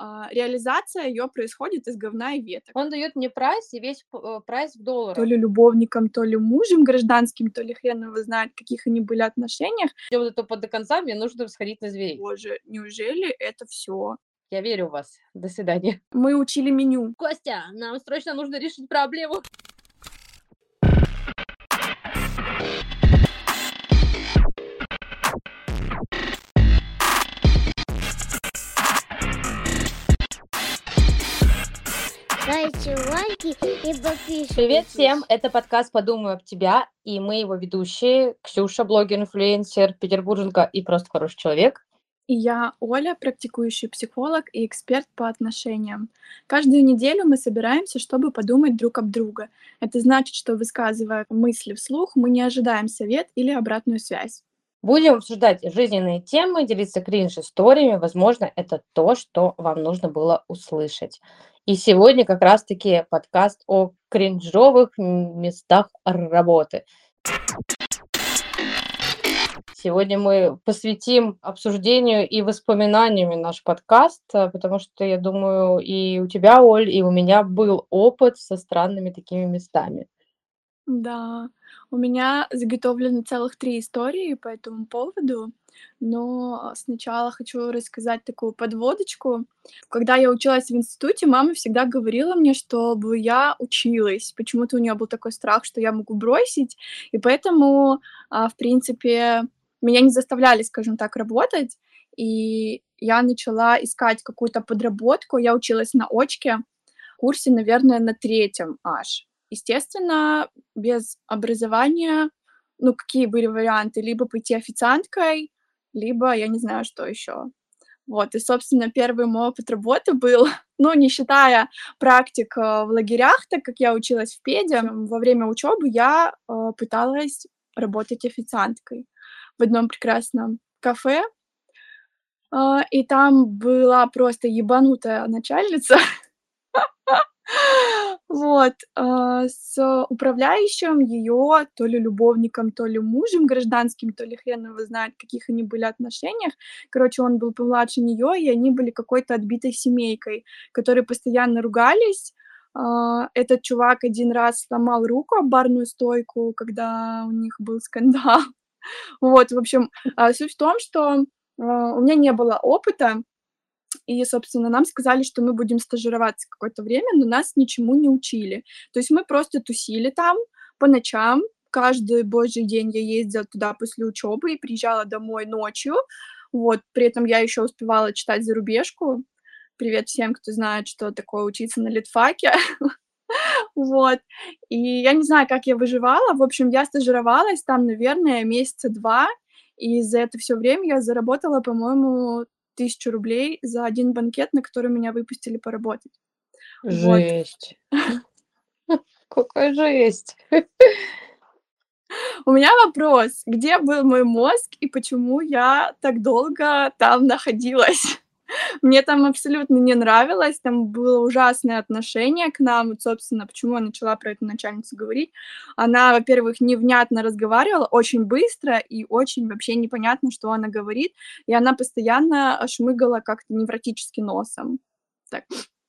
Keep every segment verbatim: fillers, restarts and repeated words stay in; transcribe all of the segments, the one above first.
а, реализация ее происходит из говна и веток. Он даёт мне прайс, и весь п э, прайс в То долларах. ли любовником, то ли мужем гражданским, то ли хрен его знает, в каких они были отношениях. Я вот это по до конца, мне нужно сходить на зверей. Боже, неужели это всё? Я верю в вас. До свидания. Мы учили меню. Костя, нам срочно нужно решить проблему. Ставьте лайки и подписывайтесь. Привет всем! Это подкаст "Подумай об тебя", и мы его ведущие: Ксюша, блогер-инфлюенсер, петербурженка и просто хороший человек. И я Оля, практикующий психолог и эксперт по отношениям. Каждую неделю мы собираемся, чтобы подумать друг об друга. Это значит, что, высказывая мысли вслух, мы не ожидаем совет или обратную связь. Будем обсуждать жизненные темы, делиться кринж-историями. Возможно, это то, что вам нужно было услышать. И сегодня как раз-таки подкаст о кринжовых м местах работы. Сегодня мы посвятим обсуждению и воспоминаниями наш подкаст, э, потому что, я думаю, и у тебя, Оль, и у меня был опыт со странными такими местами. Да, у меня заготовлены целых три истории по этому поводу, но сначала хочу рассказать такую подводочку. Когда я училась в институте, мама всегда говорила мне, чтобы я училась. Почему-то у неё был такой страх, что я могу бросить, и поэтому, а, в принципе, меня не заставляли, скажем так, работать. И я начала искать какую-то подработку. Я училась на очке, курсе, наверное, на третьем аж. Естественно, без образования, ну, какие были варианты? Либо пойти официанткой, либо я не знаю, что ещё. Вот, и, собственно, первый мой опыт работы был, ну, не считая практик, э, в лагерях, так как я училась в педе, во время учёбы я, э, пыталась работать официанткой в одном прекрасном кафе. А, и там была просто ебанутая начальница. Вот, а, с управляющим, её то ли любовником, то ли мужем гражданским, то ли хрен его знает, в каких они были отношениях. Короче, он был помладше неё, и они были какой-то отбитой семейкой, которые постоянно ругались. А, этот чувак один раз сломал руку об барную стойку, когда у них был скандал. Вот, в общем, а, суть в том, что, а, у меня не было опыта, и, собственно, нам сказали, что мы будем стажироваться какое-то время, но нас ничему не учили. То есть мы просто тусили там по ночам. Каждый божий день я ездила туда после учёбы и приезжала домой ночью. Вот, при этом я ещё успевала читать зарубежку. Привет всем, кто знает, что такое учиться на литфаке. Вот, и я не знаю, как я выживала. В общем, я стажировалась там, наверное, месяца два, и за это всё время я заработала, по-моему, тысячу рублей за один банкет, на который меня выпустили поработать. Вот. Жесть! Какая жесть! У меня вопрос: где был мой мозг и почему я так долго там находилась? Мне там абсолютно не нравилось, там было ужасное отношение к нам. Вот, собственно, почему я начала про эту начальницу говорить. Она, во-первых, невнятно разговаривала, очень быстро и очень вообще непонятно, что она говорит. И она постоянно, а, шмыгала как-то невротически носом. Так.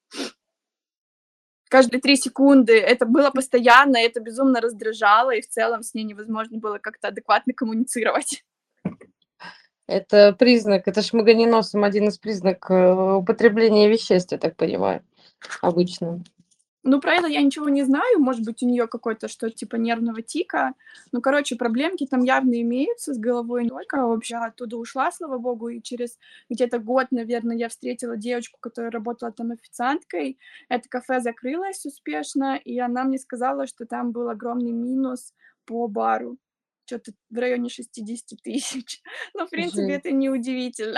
Каждые три секунды. Это было постоянно, это безумно раздражало, и в целом с ней невозможно было как-то адекватно коммуницировать. Это признак, это шмыганье носом один из признак, э, употребления веществ, я так понимаю, обычно. Ну, про это я ничего не знаю. Может быть, у неё какое-то что-то типа нервного тика. Ну, короче, проблемки там явно имеются с головой. Не только, вообще, оттуда ушла, слава богу, и через где-то год, наверно, я встретила девочку, которая работала там официанткой. Это кафе закрылось успешно, и она мне сказала, что там был огромный минус по бару. Чё-то в районе шестидесяти тысяч. Ну, в принципе, Жесть. это неудивительно.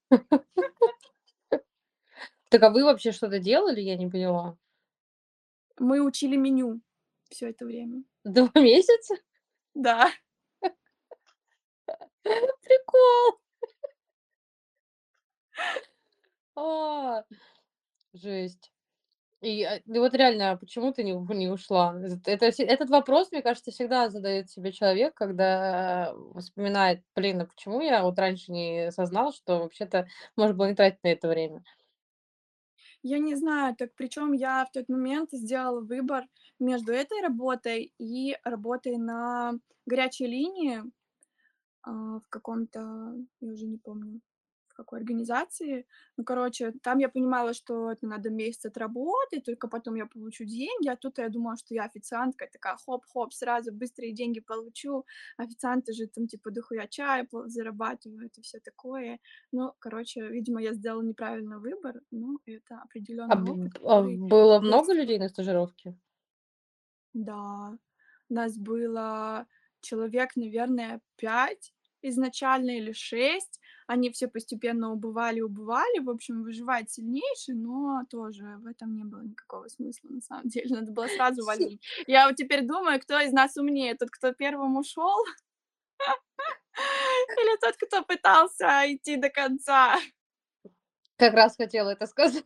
Так, а вы вообще что-то делали? Я не поняла. Мы учили меню всё это время. два месяца? Да. Прикол! А, жесть. И, а, ну вот реально, а почему ты не в не ушла? Эт это се этот вопрос, мне кажется, всегда задаёт себе человек, когда вспоминает: "Блин, а почему я вот раньше не осознал, что вообще-то можно было не тратить на это время?" Я не знаю, так причем я в тот момент сделала выбор между этой работой и работой на горячей линии, а, в каком-то, я уже не помню, в какой организации. Ну, короче, там я понимала, что это надо месяц отработать, только потом я получу деньги, а тут я думала, что я официантка, такая хоп-хоп, сразу быстрые деньги получу. Официанты же там типа дохуя чая пол- зарабатывают и все такое. Ну, короче, видимо, я сделала неправильный выбор, но это А, определенный опыт, б- а который было много вырастил. людей на стажировке? Да, нас было человек, наверное, пять изначально или шесть. Они все постепенно убывали, убывали. В общем, выживает сильнейший, но тоже в этом не было никакого смысла на самом деле. Надо было сразу Си- валить. Я вот теперь думаю, кто из нас умнее, тот, кто первым ушел, или тот, кто пытался идти до конца. Как раз хотела это сказать.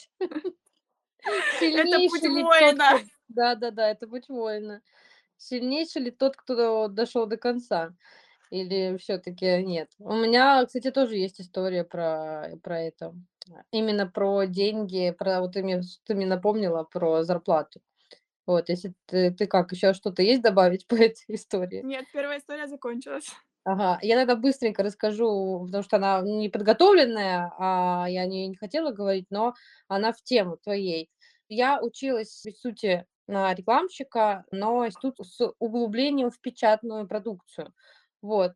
Это путь Сильнейший ли тот, воина. кто... Да-да-да, это быть воина. Сильнейший ли тот, кто дошел до конца? Или все-таки нет? У меня, кстати, тоже есть история про, про это. Именно про деньги, про вот ты мне, ты мне напомнила про зарплату. Вот, если ты, ты как, еще что-то есть добавить по этой истории? Нет, первая история закончилась. Ага, я тогда быстренько расскажу, потому что она не подготовленная, а я не, не хотела говорить, но она в тему твоей. Я училась, по сути, на рекламщика, но тут с углублением в печатную продукцию. Вот.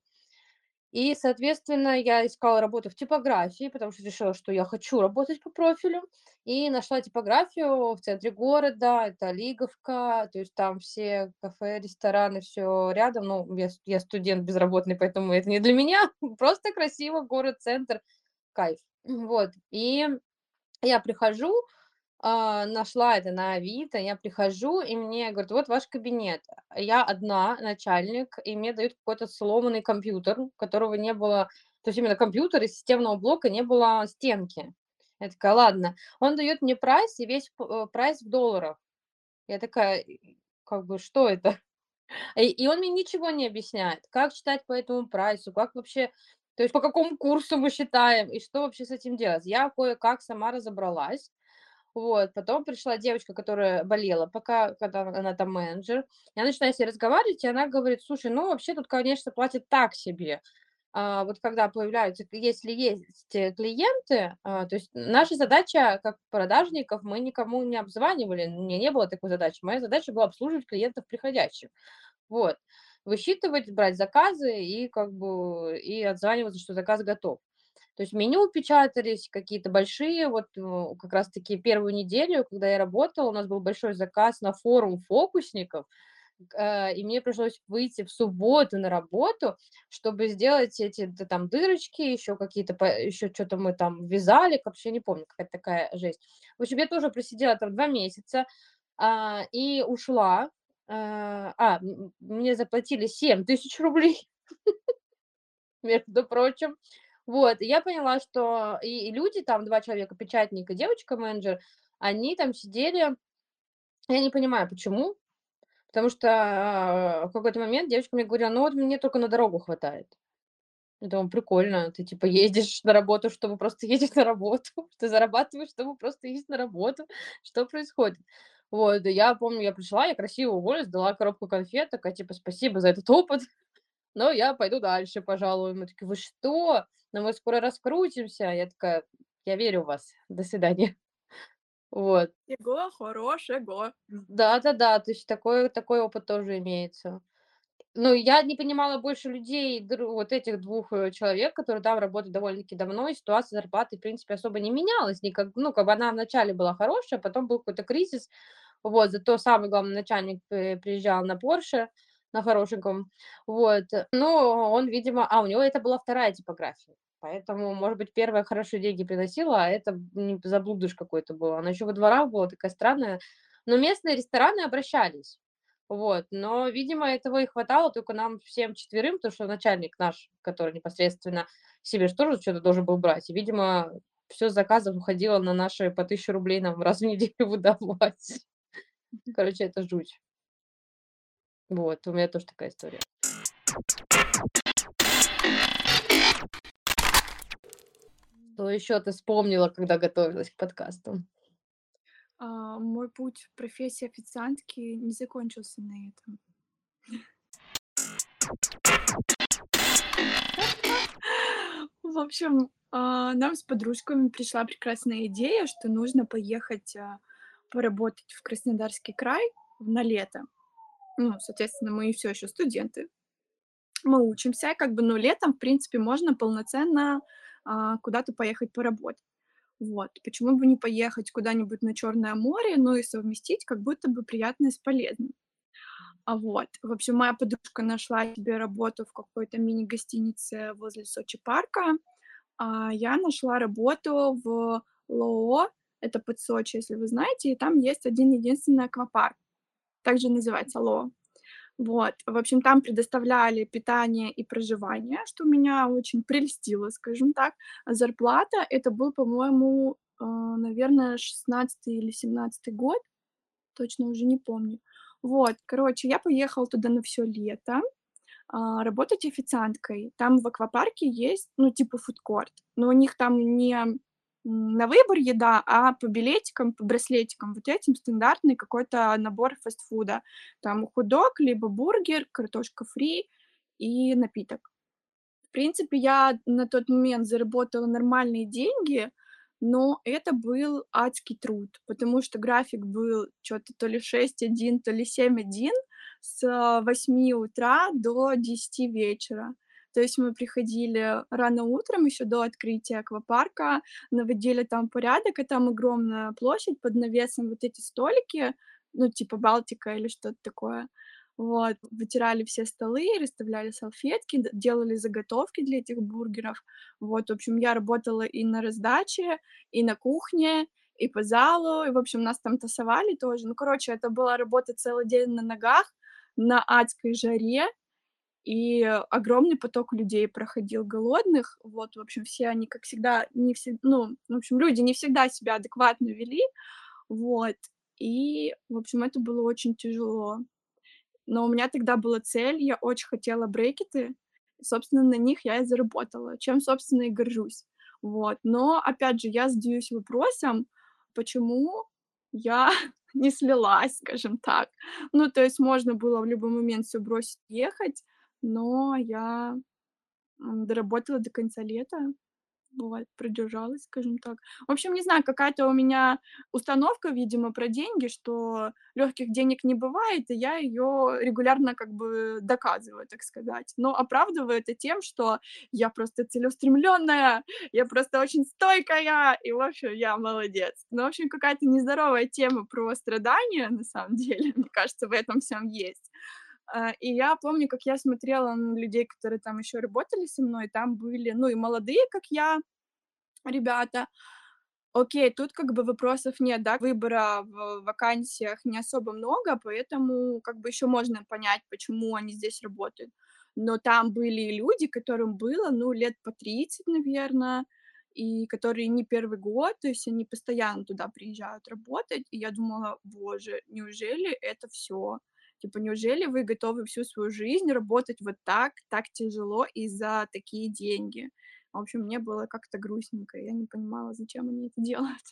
И, соответственно, я искала работу в типографии, потому что решила, что я хочу работать по профилю. И нашла типографию в центре города, это Лиговка, то есть там все кафе, рестораны, все рядом. Ну, я, с- я студент безработный, поэтому это не для меня. Просто красиво, город-центр, кайф. Вот. И я прихожу, а, нашла это на Авито, я прихожу, и мне говорят: "Вот ваш кабинет". Я одна, начальник, и мне дают какой-то сломанный компьютер, у которого не было, то есть именно компьютер, из системного блока не было стенки. Я такая: "Ладно". Он дает мне прайс, и весь п э, прайс в долларах. Я такая, и как бы: "Что это?" И и он мне ничего не объясняет, как считать по этому прайсу, как вообще, то есть по какому курсу мы считаем, и что вообще с этим делать. Я кое-как сама разобралась. Вот, потом пришла девочка, которая болела, пока, когда она там менеджер. Я начинаю с ней разговаривать, и она говорит: "Слушай, ну, вообще тут, конечно, платят так себе". А, вот когда появляются, если есть э, клиенты, а, то есть наша задача как продажников, мы никому не обзванивали, у меня не было такой задачи. Моя задача была обслуживать клиентов приходящих. Вот. Высчитывать, брать заказы и как бы и отзваниваться, что заказ готов. То есть меню печатались какие-то большие. Вот, э, как раз таки первую неделю, когда я работала, у нас был большой заказ на форум фокусников, э, и мне пришлось выйти в субботу на работу, чтобы сделать эти д там дырочки, еще какие-то по еще что то мы там вязали, вообще не помню, какая-то такая жесть. В общем, я тоже просидела там два месяца, а, и ушла. Э, а, м мне заплатили семь тысяч рублей, между прочим. Вот, и я поняла, что и и люди там, два человека, печатник и девочка-менеджер, они там сидели. Я не понимаю, почему. Потому что, а, в какой-то момент девочка мне говорила: "Ну, вот мне только на дорогу хватает". Я думаю: "Прикольно, ты типа ездишь на работу, чтобы просто ездить на работу, ты зарабатываешь, чтобы просто ездить на работу. Что происходит?" Вот, и я помню, я пришла, я красиво уволилась, дала коробку конфет, такая типа: "Спасибо за этот опыт, но я пойду дальше, пожалуй". Мы такие: "Вы что? Но мы скоро раскрутимся". Я такая: "Я верю в вас. До свидания". Вот. Всего хорошего. Да-да-да, то есть такой такой опыт тоже имеется. Ну, я не понимала больше людей, дру вот этих двух э, человек, которые там работают довольно-таки давно, и ситуация зарплаты, в принципе, особо не менялась никак. Ну, как бы она вначале была хорошая, потом был какой-то кризис. Вот, зато самый главный начальник п приезжал на "Порше", на хорошеньком. Вот, но он, видимо а, у него это была вторая типография. Поэтому, может быть, первая хорошие деньги приносила, а это м, заблудыш какой-то был. Она еще во дворах была такая странная. Но местные рестораны обращались. Вот, но, видимо, этого и хватало только нам всем четверым, потому что начальник наш, который непосредственно себе ж тоже что то должен был брать. И, видимо, все с заказов уходило на наши по тысяче рублей нам раз в неделю выдавать. Короче, это жуть. Вот, у меня тоже такая история. Что еще ты вспомнила, когда готовилась к подкасту? А, мой путь в профессии официантки не закончился на этом. В общем, а, нам с подружками пришла прекрасная идея, что нужно поехать, а, поработать в Краснодарский край на лето. Ну, соответственно, мы все еще студенты. Мы учимся, как бы, но летом, в принципе, можно полноценно, а, куда-то поехать поработать. Вот. Почему бы не поехать куда-нибудь на Черное море, но и совместить как будто бы приятное с полезным. А, вот. В общем, моя подружка нашла себе работу в какой-то мини-гостинице возле Сочи парка, а я нашла работу в ЛОО, это под Сочи, если вы знаете, и там есть один единственный аквапарк, также называется ЛОО. Вот. В общем, там предоставляли питание и проживание, что меня очень прельстило, скажем так. А зарплата — это был, по-моему, э, наверное, шестнадцатый или семнадцатый год, точно уже не помню. Вот, короче, я поехала туда на все лето, а, работать официанткой. Там в аквапарке есть, ну, типа фудкорт, но у них там не, м, на выбор еда, а по билетикам, по браслетикам, вот этим стандартный какой-то набор фастфуда. Там хот-дог, либо бургер, картошка фри и напиток. В принципе, я на тот момент заработала нормальные деньги, но это был адский труд, потому что график был что то то ли шесть один, то ли семь один, с а, восьми утра до десяти вечера. То есть мы приходили рано утром, еще до открытия аквапарка, наводили там порядок, и там огромная площадь под навесом, вот эти столики, ну, типа Балтика или что-то такое. Вот, вытирали все столы, расставляли салфетки, д делали заготовки для этих бургеров. Вот, в общем, я работала и на раздаче, и на кухне, и по залу, и, в общем, нас там тасовали тоже. Ну, короче, это была работа целый день на ногах, на адской жаре, и огромный поток людей проходил голодных. Вот, в общем, все они, как всегда, не все, ну, в общем, люди не всегда себя адекватно вели. Вот, и, в общем, это было очень тяжело. Но у меня тогда была цель, я очень хотела брекеты, и, собственно, на них я и заработала, чем, собственно, и горжусь. Вот. Но, опять же, я задаюсь вопросом, почему я не слилась, скажем так. Ну, то есть можно было в любой момент все бросить и ехать, но я, м, доработала до конца лета. Бывает, продержалась, скажем так. В общем, не знаю, какая-то у меня установка, видимо, про деньги, что легких денег не бывает, и я ее регулярно как бы доказываю, так сказать. Но оправдываю это тем, что я просто целеустремленная, я просто очень стойкая, и, в общем, я молодец. Ну, в общем, какая-то нездоровая тема про страдания, на самом деле, мне кажется, в этом всем есть. А, и я помню, как я смотрела на людей, которые там еще работали со мной, там были, ну, и молодые, как я, ребята. Окей, тут как бы вопросов нет, да, выбора в вакансиях не особо много, поэтому как бы еще можно понять, почему они здесь работают. Но там были и люди, которым было, ну, лет по тридцать, наверное, и которые не первый год, то есть они постоянно туда приезжают работать. И я думала: "Боже, неужели это все? Типа, неужели вы готовы всю свою жизнь работать вот так, так тяжело и за такие деньги?" В общем, мне было как-то грустненько. Я не понимала, зачем они это делают.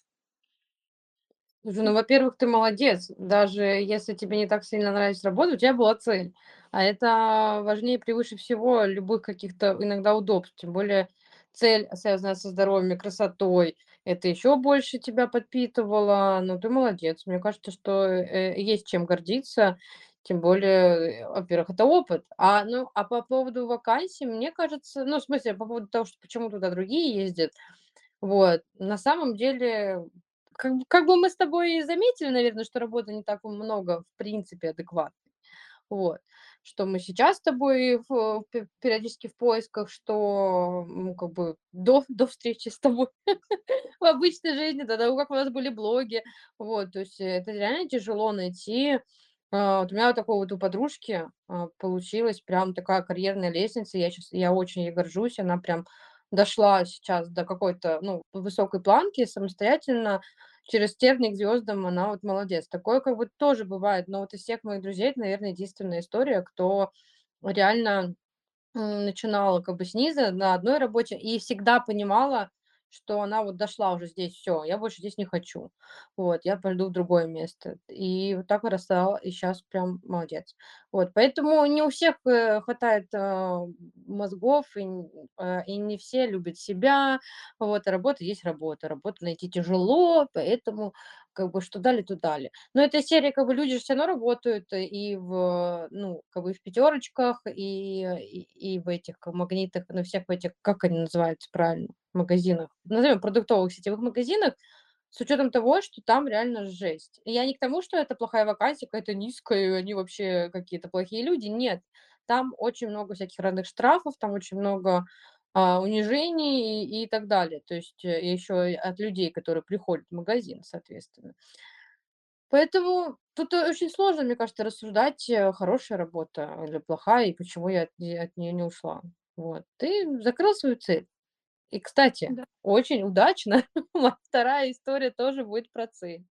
Слушай, ну, во-первых, ты молодец. Даже если тебе не так сильно нравится работа, у тебя была цель. А это важнее превыше всего любых каких-то иногда удобств. Тем более цель, связанная со здоровьем и красотой, это еще больше тебя подпитывало. Ну, ты молодец. Мне кажется, что э, есть чем гордиться. Тем более, э, во-первых, это опыт. А, ну, а по поводу вакансий, мне кажется, ну, в смысле, по поводу того, что почему туда другие ездят, вот. На самом деле, как бы как бы мы с тобой и заметили, наверное, что работы не так много, в принципе, адекватной. Вот. Что мы сейчас с тобой в пе периодически в поисках, что, ну, как бы до до встречи с тобой в обычной жизни, до того, как у нас были блоги. Вот, то есть э, это реально тяжело найти. А, вот у меня вот такой вот у подружки, а, получилась прям такая карьерная лестница. Я щас я очень ей горжусь. Она прям дошла сейчас до какой-то, ну, высокой планки самостоятельно. Через тернии к звездам она вот молодец. Такое как бы тоже бывает, но вот из всех моих друзей это, наверное, единственная история, кто реально, м, начинала как бы снизу на одной работе и всегда понимала, что она вот дошла уже здесь, все, я больше здесь не хочу. Вот, я пойду в другое место. И вот так вырастала, и сейчас прям молодец. Вот, поэтому не у всех э, хватает э, мозгов, и, н- э, и не все любят себя. Вот, а работа есть работа. Работу найти тяжело, поэтому как бы что дали, то дали. Но эта серия, как бы люди же все равно работают э, и в, ну, как бы и в пятерочках, и, и, и в этих как магнитах, ну, всех в этих, как они называются правильно, магазинах, назовем продуктовых сетевых магазинах, с учетом того, что там реально жесть. И я не к тому, что это плохая вакансия, какая-то низкая, и они вообще какие-то плохие люди. Нет, там очень много всяких разных штрафов, там очень много а, унижений и, и так далее. То есть э, еще и от людей, которые приходят в магазин, соответственно. Поэтому тут э, очень сложно, мне кажется, рассуждать, э, хорошая работа или плохая, и почему я от, не- от нее не ушла. Вот. Ты закрыл свою цель. И, кстати, Да. очень удачно, моя вторая история тоже будет про цель.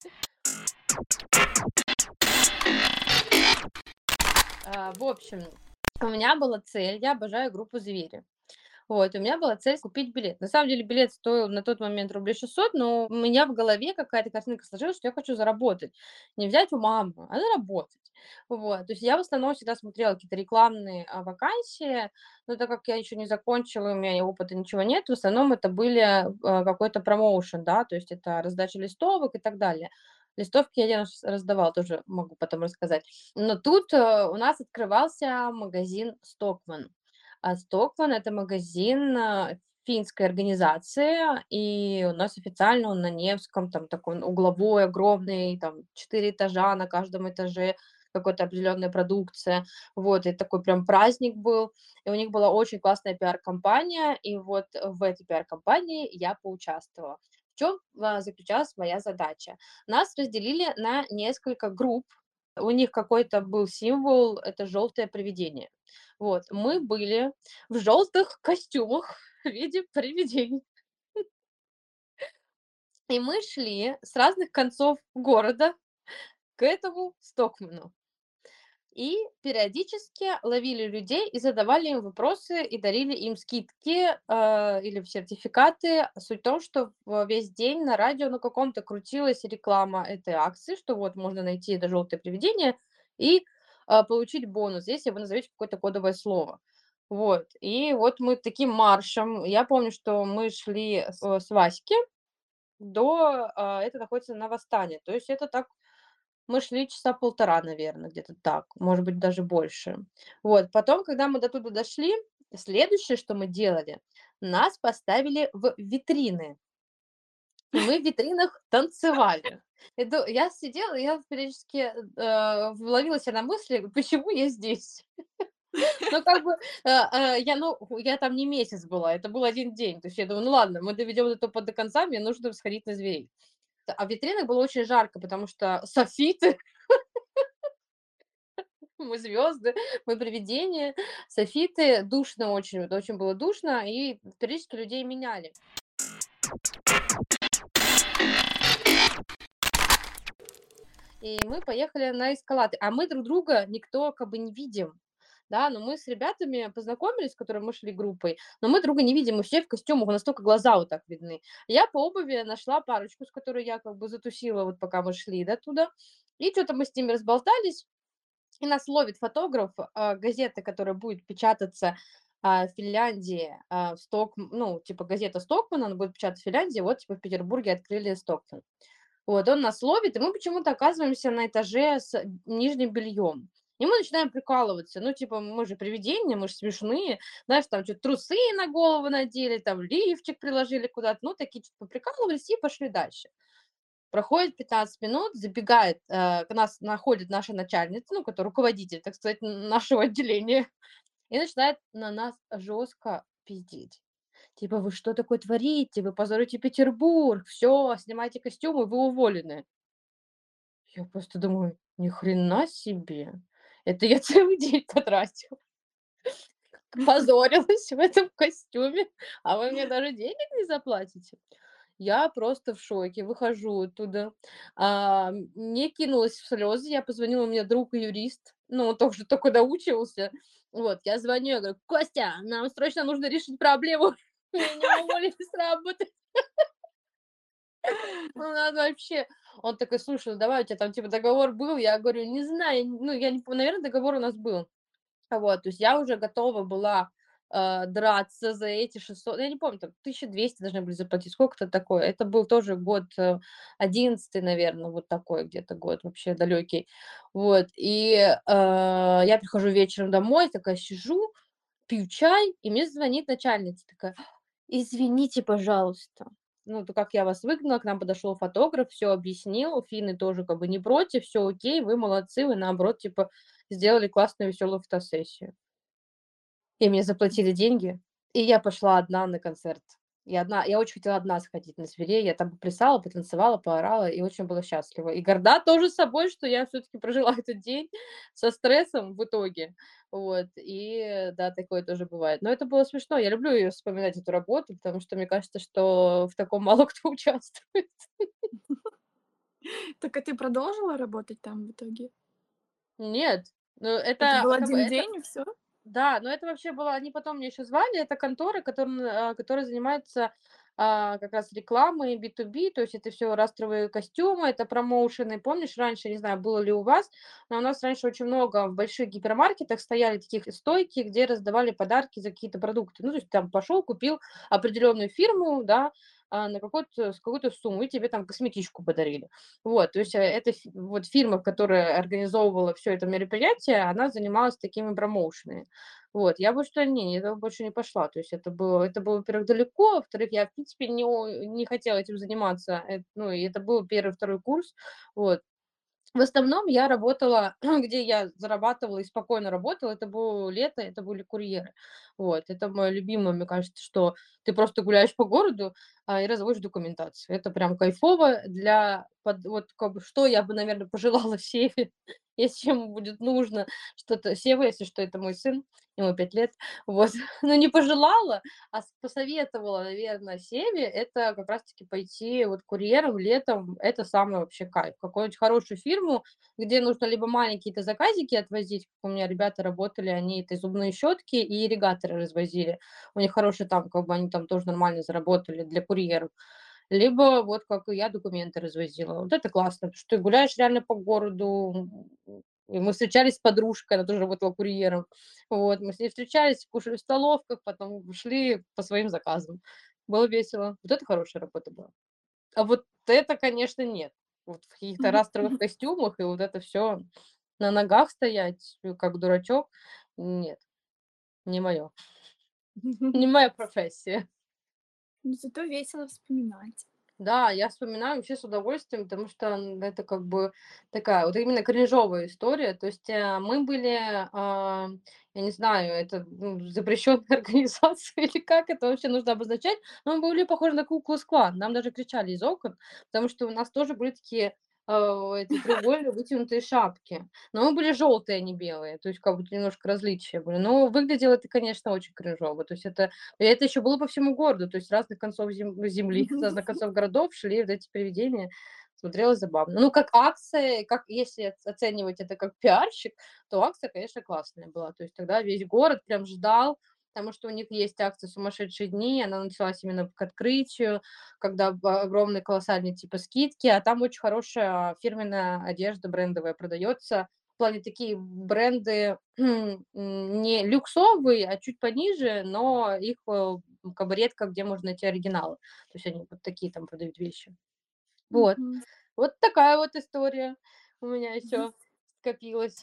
А, в общем, у меня была цель, я обожаю группу «Звери». Вот, у меня была цель купить билет. На самом деле билет стоил на тот момент рублей шестьсот, но у меня в голове какая-то картинка сложилась, что я хочу заработать. Не взять у мамы, а заработать. Вот, то есть я в основном всегда смотрела какие-то рекламные а, вакансии, но так как я еще не закончила, у меня опыта ничего нет, в основном это были а, какой-то промоушен, да, то есть это раздача листовок и так далее. Листовки я один раз раздавала, тоже могу потом рассказать. Но тут э, у нас открывался магазин Stockman. А Stockman — это магазин а, финской организации, и у нас официально он на Невском, там такой он угловой, огромный, там четыре этажа, на каждом этаже какая-то определенная продукция. Вот, и такой прям праздник был. И у них была очень классная пиар-компания, и вот в этой пиар-компании я поучаствовала. В чем заключалась моя задача? Нас разделили на несколько групп. У них какой-то был символ, это желтое привидение. Вот, мы были в желтых костюмах в виде привидений. И мы шли с разных концов города к этому Стокману. И периодически ловили людей и задавали им вопросы, и дарили им скидки э, или сертификаты. Суть в том, что в весь день на радио на каком-то крутилась реклама этой акции, что вот можно найти это желтое привидение и э, получить бонус, если вы назовете какое-то кодовое слово. Вот. И вот мы таким маршем, я помню, что мы шли с, э, с Васьки до, а, это находится на Восстание. То есть это так мы шли часа полтора, наверное, где-то так, может быть, даже больше. Вот, потом, когда мы до туда дошли, следующее, что мы делали, нас поставили в витрины, и мы в витринах танцевали. Это я сидела, я периодически, э, ловила себя на мысли, почему я здесь? Ну, как бы, э, э, я, ну, я там не месяц была, это был один день. То есть я думаю, ну ладно, мы доведем это до конца, мне нужно сходить на зверей. А в витринах было очень жарко, потому что софиты, мы звезды, мы привидения, софиты, душно очень, вот очень было душно, и периодически людей меняли. И мы поехали на эскалатор, а мы друг друга никто как бы не видим. Да, но мы с ребятами познакомились, с которыми мы шли группой, но мы друга не видим, мы все в костюмах, у нас только глаза вот так видны. Я по обуви нашла парочку, с которой я как бы затусила, вот пока мы шли, да, туда, и что-то мы с ними разболтались, и нас ловит фотограф а, газеты, которая будет печататься а, в Финляндии, а, в Сток, ну, типа газета Стокман, она будет печататься в Финляндии, вот, типа, в Петербурге открыли Стокман. Вот, он нас ловит, и мы почему-то оказываемся на этаже с нижним бельем. И мы начинаем прикалываться. Ну, типа, мы же привидения, мы же смешные. Знаешь, там что-то трусы на голову надели, там лифчик приложили куда-то. Ну, такие что-то поприкалывались и пошли дальше. Проходит пятнадцать минут, забегает, э, к нас находит наша начальница, ну, которая руководитель, так сказать, н- нашего отделения, и начинает на нас жестко пиздеть. Типа, вы что такое творите? Вы позорите Петербург. Все, снимайте костюмы, вы уволены. Я просто думаю, ни хрена себе. Это я целый день потратила. Позорилась в этом костюме, а вы мне даже денег не заплатите. Я просто в шоке, выхожу оттуда. А, не кинулась в слезы, я позвонила, у меня друг юрист, ну, он тоже только доучивался. Вот, я звоню, я говорю: Костя, нам срочно нужно решить проблему, меня уволили с работы. Ну, надо вообще. Он такой: "Слушай, ну давай, у тебя там типа договор был?" Я говорю: "Не знаю, ну, я не помню, наверно, договор у нас был". Вот, то есть я уже готова была, э, драться за эти шестьсот, я не помню, там тысяча двести должны были заплатить, сколько-то такое. Это был тоже год, э, одиннадцатый, наверно, вот такой где-то год, вообще далекий. Вот, и, э, я прихожу вечером домой, такая сижу, пью чай, и мне звонит начальница такая: "Извините, пожалуйста, ну, то как я вас выгнала, к нам подошел фотограф, все объяснил, финны тоже как бы не против, все окей, вы молодцы, вы наоборот, типа, сделали классную веселую фотосессию". И мне заплатили деньги, и я пошла одна на концерт. Я одна я очень хотела одна сходить на "Зверей". Я там поплясала, потанцевала, поорала и очень была счастлива. И горда тоже собой, что я все таки прожила этот день со стрессом в итоге. Вот, и да, такое тоже бывает. Но это было смешно. Я люблю её вспоминать, эту работу, потому что мне кажется, что в таком мало кто участвует. Так а ты продолжила работать там в итоге? Нет, ну Это это был как бы один это день и всё? да, но это вообще было, они потом меня еще звали, это контора, которым, а, которая занимается, а, как раз рекламой би ту би, то есть это все растровые костюмы, это промоушены. Помнишь, раньше, не знаю, было ли у вас, но у нас раньше очень много в больших гипермаркетах стояли таких стойки, где раздавали подарки за какие-то продукты. Ну, то есть там пошел, купил определенную фирму, да, а, на какую-то, с какую-то сумму, и тебе там косметичку подарили. Вот, то есть э, эта фи- вот фирма, которая организовывала все это мероприятие, она занималась такими промоушенами. Вот, я больше туда не, я туда больше не пошла. То есть это было, это было, во-первых, далеко, во-вторых, я, в принципе, не, о- не хотела этим заниматься. Э, Ну, и это был первый, второй курс. Вот. В основном я работала, где я зарабатывала и спокойно работала, это было лето, это были курьеры. Вот, это мое любимое, мне кажется, что ты просто гуляешь по городу, а, и разводишь документацию. Это прям кайфово для, под, вот, как бы, что я бы, наверное, пожелала Севе, если ему будет нужно что-то. Сева, если что, это мой сын, ему пять лет, вот, но не пожелала, а с- посоветовала, наверное, Севе, это как раз-таки пойти вот курьером летом, это самый вообще кайф. Какую-нибудь хорошую фирму, где нужно либо маленькие то заказики отвозить, как у меня ребята работали, они это и зубные щетки, и ирригаторы развозили. У них хороший там, как бы они там тоже нормально заработали для курьеров. Либо вот как и я документы развозила. Вот это классно, потому что ты гуляешь реально по городу. м, И мы встречались с подружкой, она тоже работала курьером. Вот, мы с ней встречались, кушали в столовках, потом шли по своим заказам. Было весело. Вот это хорошая работа была. А вот это, конечно, нет. Вот в каких-то растровых костюмах и вот это все на ногах стоять, э, как дурачок. Нет, не мое. Не моя профессия. Но зато весело вспоминать. Да, я вспоминаю вообще с удовольствием, потому что, м, это как бы такая вот именно кринжовая история. То есть, э, мы были, а, я не знаю, это, ну, запрещенная организация или как это вообще нужно обозначать, но мы были похожи на Ку-клукс-клан. Нам даже кричали из окон, потому что у нас тоже были такие, а, эти треугольные вытянутые шапки. Но мы были желтые, а не белые, то есть как бы немножко различия были. Но выглядело это, конечно, очень кринжово. То есть это и это еще было по всему городу, то есть с разных концов зем земли, с разных концов городов шли вот эти привидения. Смотрелось забавно. Ну, как акция, как если оц оценивать это как пиарщик, то акция, конечно, классная была. То есть тогда весь город прям ждал, потому что у них есть акция "Сумасшедшие дни". Она началась именно к открытию, когда ба огромные колоссальные типа скидки, а там очень хорошая фирменная одежда брендовая продается. В плане такие бренды, м, не люксовые, а чуть пониже, но их, э, как бы редко где можно найти оригиналы. То есть они вот такие там продают вещи. Вот. Мгм. Вот такая вот история у меня еще скопилась.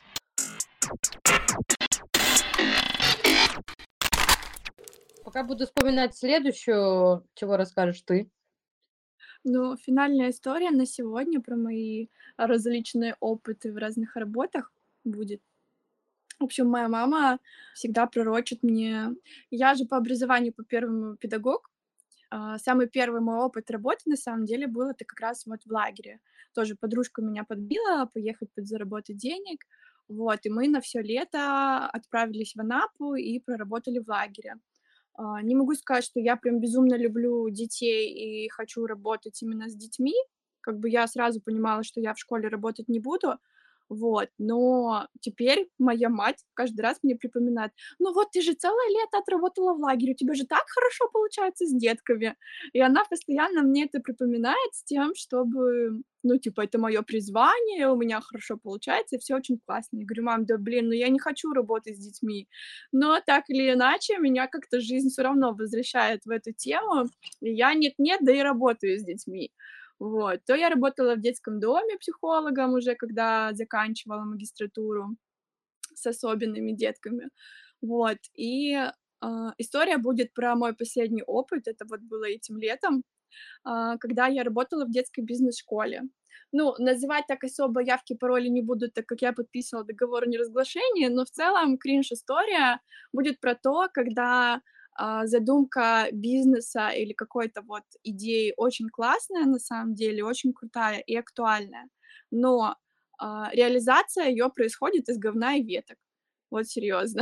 Пока буду вспоминать следующую, чего расскажешь ты? Ну, финальная история на сегодня про мои различные опыты в разных работах будет. В общем, моя мама всегда пророчит мне. Я же по образованию, по первому педагог. А, самый первый мой опыт работы, на самом деле, был это как раз вот в лагере. Тоже подружка меня подбила поехать подзаработать денег. Вот, и мы на все лето отправились в Анапу и проработали в лагере. А, не могу сказать, что я прям безумно люблю детей и хочу работать именно с детьми. Как бы я сразу понимала, что я в школе работать не буду. Вот, но теперь моя мать каждый раз мне припоминает: "Ну вот ты же целое лето отработала в лагере, у тебя же так хорошо получается с детками". И она постоянно мне это припоминает с тем, чтобы, ну, типа, это моё призвание, у меня хорошо получается, и всё очень классно. Я говорю: "Мам, да блин, ну я не хочу работать с детьми". Но так или иначе меня как-то жизнь всё равно возвращает в эту тему, и я нет-нет, да и работаю с детьми. Вот. То я работала в детском доме психологом уже, когда заканчивала магистратуру с особенными детками. Вот. И, а, история будет про мой последний опыт. Это вот было этим летом, а, когда я работала в детской бизнес-школе. Ну, называть так особо явки, пароли не буду, так как я подписывала договор о неразглашении, но в целом кринж-история будет про то, когда, а, задумка бизнеса или какой-то вот идеи очень классная на самом деле, очень крутая и актуальная, но, а, реализация её происходит из говна и веток. Вот серьёзно.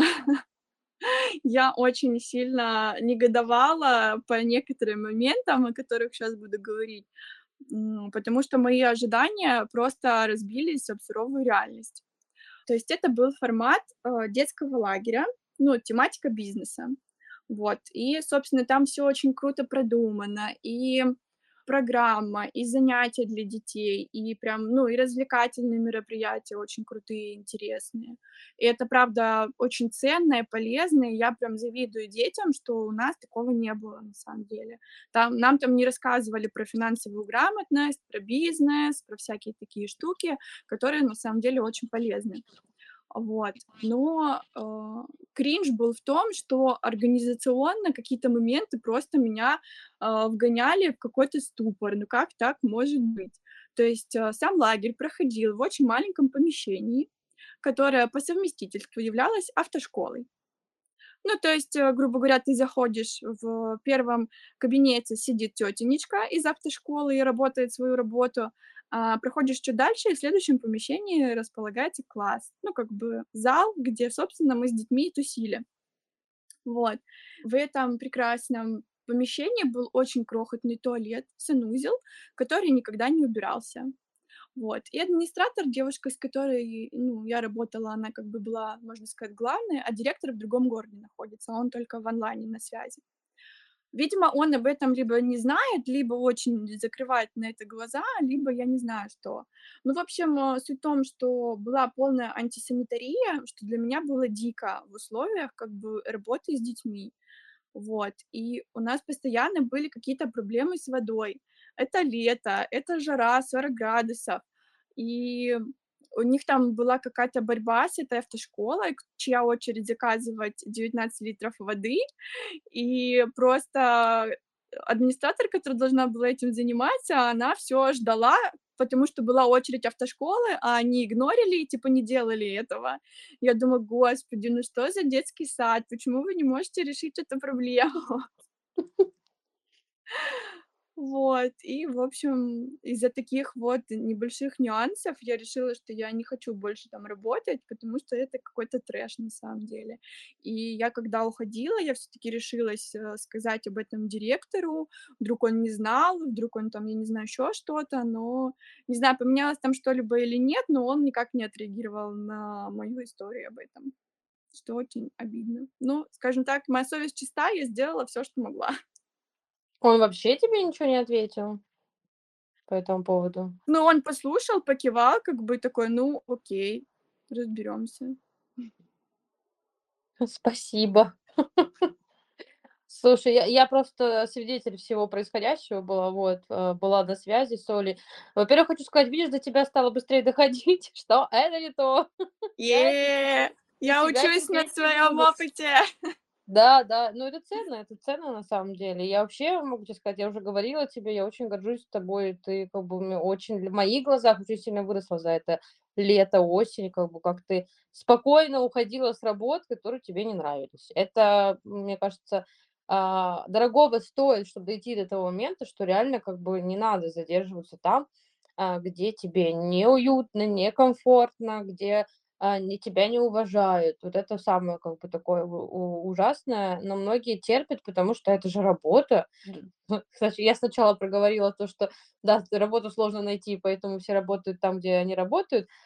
Я очень сильно негодовала по некоторым моментам, о которых щас буду говорить, м, потому что мои ожидания просто разбились об суровую реальность. То есть это был формат, э, детского лагеря, ну, тематика бизнеса. Вот. И, собственно, там всё очень круто продумано: и программа, и занятия для детей, и прям, ну, и развлекательные мероприятия очень крутые, интересные. И это правда очень ценно и полезно, и я прям завидую детям, что у нас такого не было на самом деле. Там нам там не рассказывали про финансовую грамотность, про бизнес, про всякие такие штуки, которые на самом деле очень полезны. Вот. Но, э, кринж был в том, что организационно какие-то моменты просто меня, а, вгоняли в какой-то ступор. Ну как так может быть? То есть, э, сам лагерь проходил в очень маленьком помещении, которое по совместительству являлось автошколой. Ну, то есть, э, грубо говоря, ты заходишь, в первом кабинете сидит тётенечка из автошколы и работает свою работу, а проходишь чуть дальше, и в следующем помещении располагается класс. Ну, как бы зал, где, собственно, мы с детьми и тусили. Вот. В этом прекрасном помещении был очень крохотный туалет, санузел, который никогда не убирался. Вот. И администратор, девушка, с которой, ну, я работала, она как бы была, можно сказать, главной, а директор в другом городе находится, он только в онлайне на связи. Видимо, он об этом либо не знает, либо очень закрывает на это глаза, либо я не знаю что. Ну, в общем, э, суть в том, что была полная антисанитария, что для меня было дико в условиях как бы работы с детьми. Вот. И у нас постоянно были какие-то проблемы с водой. Это лето, это жара, сорок градусов. И у них там была какая-то борьба с этой автошколой, к чья очередь заказывать девятнадцать литров воды. И просто администратор, которая должна была этим заниматься, она всё ждала, потому что была очередь автошколы, а они игнорили и типа не делали этого. Я думаю: "Господи, ну что за детский сад? Почему вы не можете решить эту проблему?" Вот. И, в общем, из-за таких вот небольших нюансов я решила, что я не хочу больше там работать, потому что это какой-то трэш на самом деле. И я когда уходила, я всё-таки решилась, э, сказать об этом директору. Вдруг он не знал, вдруг он там, я не знаю, ещё что-то, но не знаю, поменялось там что-либо или нет, но он никак не отреагировал на мою историю об этом, что очень обидно. Ну, скажем так, моя совесть чиста, я сделала всё, что могла. Он вообще тебе ничего не ответил по этому поводу? Ну, он послушал, покивал, как бы такой: "Ну, окей, разберёмся". Спасибо. Слушай, я я просто свидетель всего происходящего была, вот, э, была на связи с Олей. Во-первых, хочу сказать, видишь, до тебя стало быстрее доходить, что это не то. Я это Е, для я себя учусь на теперь своём ценю. опыте. Да, да, ну это ценно, это ценно на самом деле. Я вообще могу тебе сказать, я уже говорила тебе, я очень горжусь тобой. Ты как бы мне очень, в моих глазах, очень сильно выросла за это лето, осень, как бы, как ты спокойно уходила с работ, которые тебе не нравились. Это, мне кажется, а, дорогого стоит, чтобы дойти до того момента, что реально как бы не надо задерживаться там, а, где тебе неуютно, некомфортно, где, а, не тебя не уважают. Вот это самое как бы такое у у ужасное, но многие терпят, потому что это же работа. Д кстати, я сначала проговорила то, что да, работу сложно найти, поэтому все работают там, где они работают.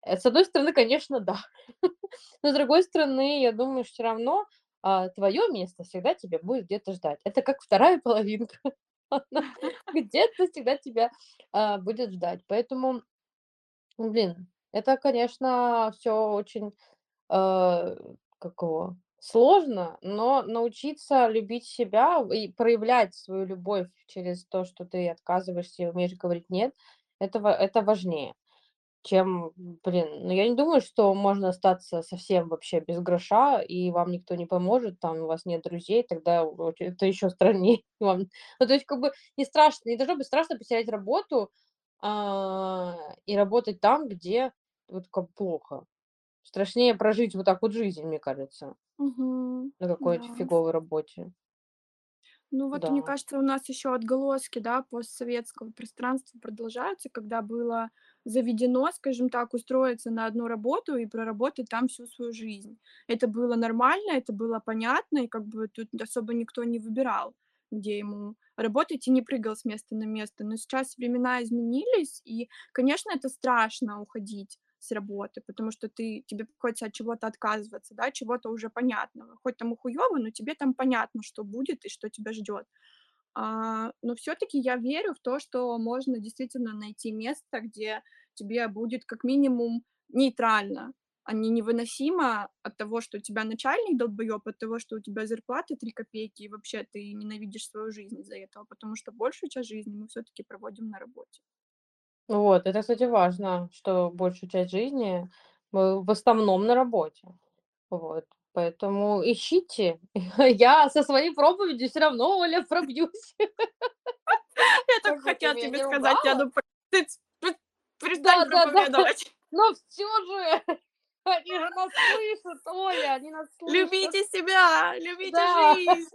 Э, с одной стороны, конечно, да. Но с другой стороны, я думаю, всё равно, а, твоё место всегда тебя будет где-то ждать. Это как вторая половинка. Она где-то всегда тебя, а, будет ждать. Поэтому, блин, это, конечно, всё очень, э, как его, сложно, но научиться любить себя и проявлять свою любовь через то, что ты отказываешься и умеешь говорить "нет", это ва это важнее, чем, блин, ну, я не думаю, что можно остаться совсем вообще без гроша, и вам никто не поможет, там, у вас нет друзей, тогда вот это еще страннее вам. Ну, то есть, как бы, не страшно, не должно быть страшно потерять работу, а, и работать там, где вот как плохо. Страшнее прожить вот так вот жизнь, мне кажется Мгм. на какой-то Да. фиговой работе. Ну вот, мне Да. кажется, у нас еще отголоски, да, постсоветского пространства продолжаются, когда было заведено, скажем так, устроиться на одну работу и проработать там всю свою жизнь. Это было нормально, это было понятно, и как бы тут особо никто не выбирал, где ему работать, и не прыгал с места на место. Но сейчас времена изменились, и, конечно, это страшно уходить с работы, потому что ты тебе приходится от чего-то отказываться, да, чего-то уже понятного. Хоть там и хуёво, но тебе там понятно, что будет и что тебя ждёт. А, но всё-таки я верю в то, что можно действительно найти место, где тебе будет как минимум нейтрально, а не невыносимо от того, что у тебя начальник долбоёб, от того, что у тебя зарплата три копейки, и вообще ты ненавидишь свою жизнь из-за этого, потому что большую часть жизни мы всё-таки проводим на работе. Вот, это, кстати, важно, что большую часть жизни мы в основном на работе. Вот, поэтому ищите. Я со своей проповедью всё равно, Оля, пробьюсь. Я так Как бы ты хотела меня тебе не сказать: "А ругала. ну, п тыц, п перестань Да-да-да, проповедовать". но всё же они же нас слышат, Оля, они нас слышат. Любите себя, любите Да. жизнь.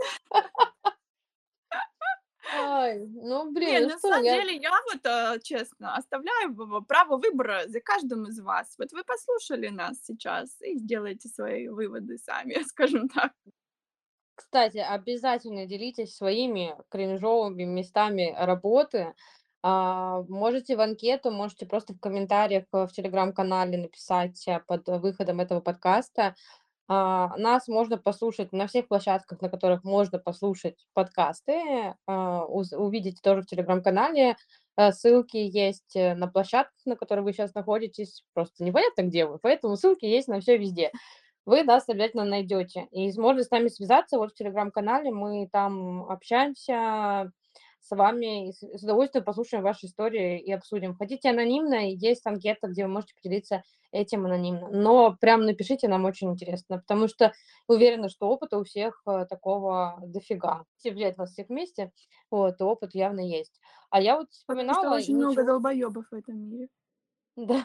Ай, ну, Не, блин, ну на что, самом я деле я вот, э, честно, оставляю в в право выбора за каждым из вас. Вот вы послушали нас сейчас и сделайте свои выводы сами, скажем так. Кстати, обязательно делитесь своими кринжовыми местами работы. А, можете в анкету, можете просто в комментариях в телеграм-канале написать, э, под выходом этого подкаста. А, нас можно послушать на всех площадках, на которых можно послушать подкасты. А, уз увидите тоже в телеграм-канале. Э, ссылки есть, э, на площадках, на которых вы щас находитесь. Просто непонятно, где вы, поэтому ссылки есть на всё везде. Вы нас обязательно найдете и сможете с нами связаться вот в телеграм-канале. Мы там общаемся с вами и с с удовольствием послушаем ваши истории и обсудим. Хотите анонимно, есть анкета, где вы можете поделиться этим анонимно. Но прям напишите, нам очень интересно, потому что уверена, что опыта у всех, э, такого дофига. Если взять вас всех вместе, вот, то опыт явно есть. А я вот Потому что вспоминала и очень много ничего долбоёбов в этом мире. Да.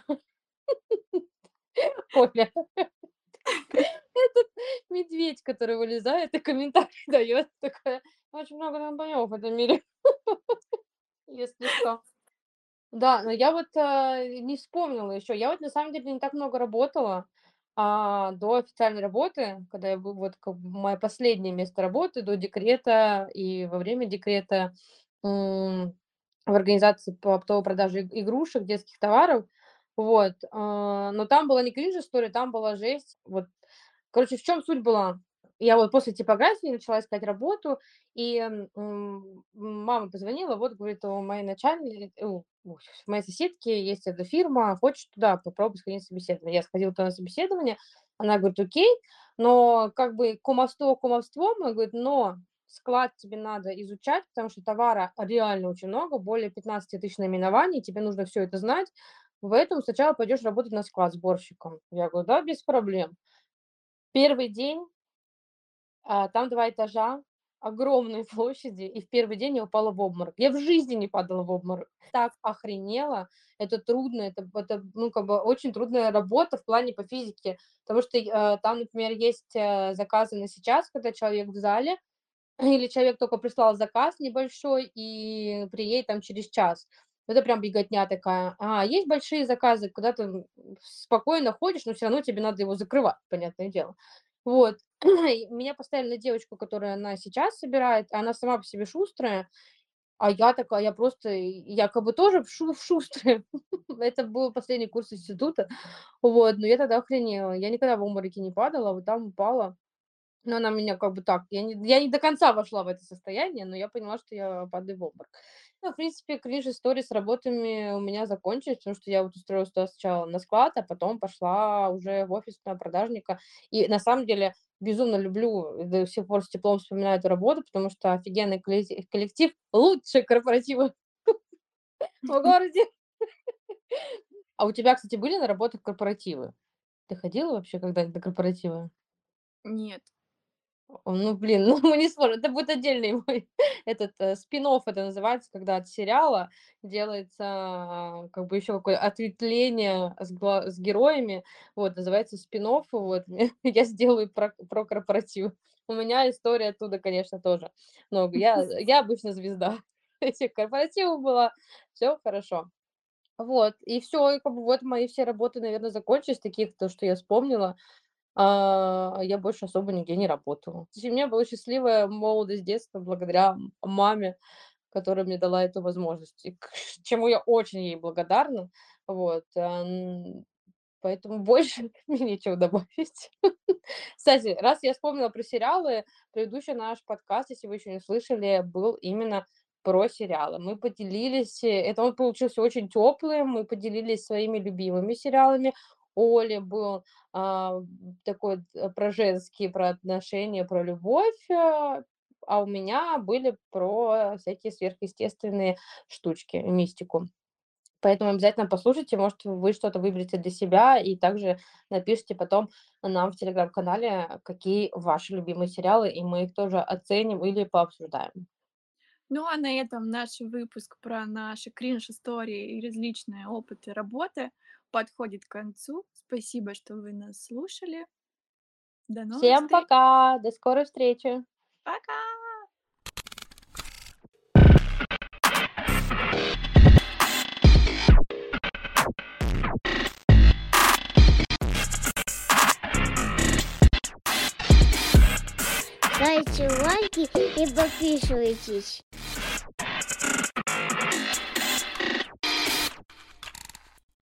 Оля, этот медведь, который вылезает и комментарий даёт, такая: "Очень много долбоёбов в этом мире". Если что. Да, но я вот, э, не вспомнила ещё. Я вот на самом деле не так много работала, а, до официальной работы, когда я бы вот как бы моё последнее место работы до декрета и во время декрета, м, в организации по оптовой продаже иг игрушек, детских товаров. Вот, а, но там была не кринж-история, там была жесть. Вот, короче, в чём суть была? Я вот после типографии начала искать работу, и, м, мама позвонила, вот, говорит, у моей начальни у у моей соседки есть эта фирма, хочешь туда попробовать сходить на собеседование? Я сходила туда на собеседование, она говорит: "Окей". Но как бы кумовство кумовством, она говорит, но склад тебе надо изучать, потому что товара реально очень много, более пятнадцати тысяч наименований, тебе нужно всё это знать, поэтому сначала пойдёшь работать на склад сборщиком. Я говорю: "Да, без проблем". первый день а, там два этажа, огромные площади, и в первый день я упала в обморок. Я в жизни не падала в обморок. Так охренела. Это трудно, это это, ну, как бы очень трудная работа в плане по физике, потому что, э, там, например, есть, э, заказы на сейчас, когда человек в зале или человек тока прислал заказ небольшой и приедет там через час. Это прям беготня такая. А есть большие заказы, когда ты, м, спокойно ходишь, но всё равно тебе надо его закрывать, понятное дело. Вот. И меня поставили на девочку, которая на сейчас собирает, а она сама по себе шустрая. А я такая, я просто, я как бы тоже в шу в шустрые. Это был последний курс института. Вот, но я тогда охренела. Я никогда в обмороки не падала, а вот там упала. Но она меня как бы так, я не я не до конца вошла в это состояние, но я поняла, что я падаю в обморок. Ну, в принципе, кринж-истории с работами у меня закончились, потому что я вот устроилась туда сначала на склад, а потом пошла уже в офисного продажника. И на самом деле безумно люблю, до сих пор с теплом вспоминаю эту работу, потому что офигенный коллектив, коллектив лучшие корпоративы в городе. А у тебя, кстати, были на работах корпоративы? Ты ходила вообще когда-нибудь на корпоративы? Нет. О, ну, блин, ну мы не сможем. Это будет отдельный мой этот, э, спин-офф это называется, когда от сериала делается, а, как бы еще какое ответвление с гла с героями. Вот, называется спин-офф. Вот, я сделаю про про корпоративы. У меня история оттуда, конечно, тоже много. Я я обычно звезда этих корпоративов была. Все хорошо. Вот, и все, и как бы вот мои все работы, наверное, закончились, таких, то, что я вспомнила. А, я больше особо нигде не работала. То есть у меня была счастливая молодость, детство благодаря м маме, которая мне дала эту возможность, и к чему я очень ей благодарна. Вот, ан поэтому больше мне нечего добавить. Кстати, раз я вспомнила про сериалы, предыдущий наш подкаст, если вы еще не слышали, был именно про сериалы. Мы поделились, э, это он получился очень теплым, мы поделились своими любимыми сериалами. У Оли был а, такой д- про женские, про отношения, про любовь, а а у меня были про всякие сверхъестественные штучки, мистику. Поэтому обязательно послушайте, может, вы что-то выберете для себя и также напишите потом нам в телеграм-канале, какие ваши любимые сериалы, и мы их тоже оценим или пообсуждаем. Ну, а на этом наш выпуск про наши кринж-истории и различные опыты работы подходит к концу. Спасибо, что вы нас слушали. До новых Всем встреч. пока, до скорой встречи. Пока! Ставьте лайки и подписывайтесь.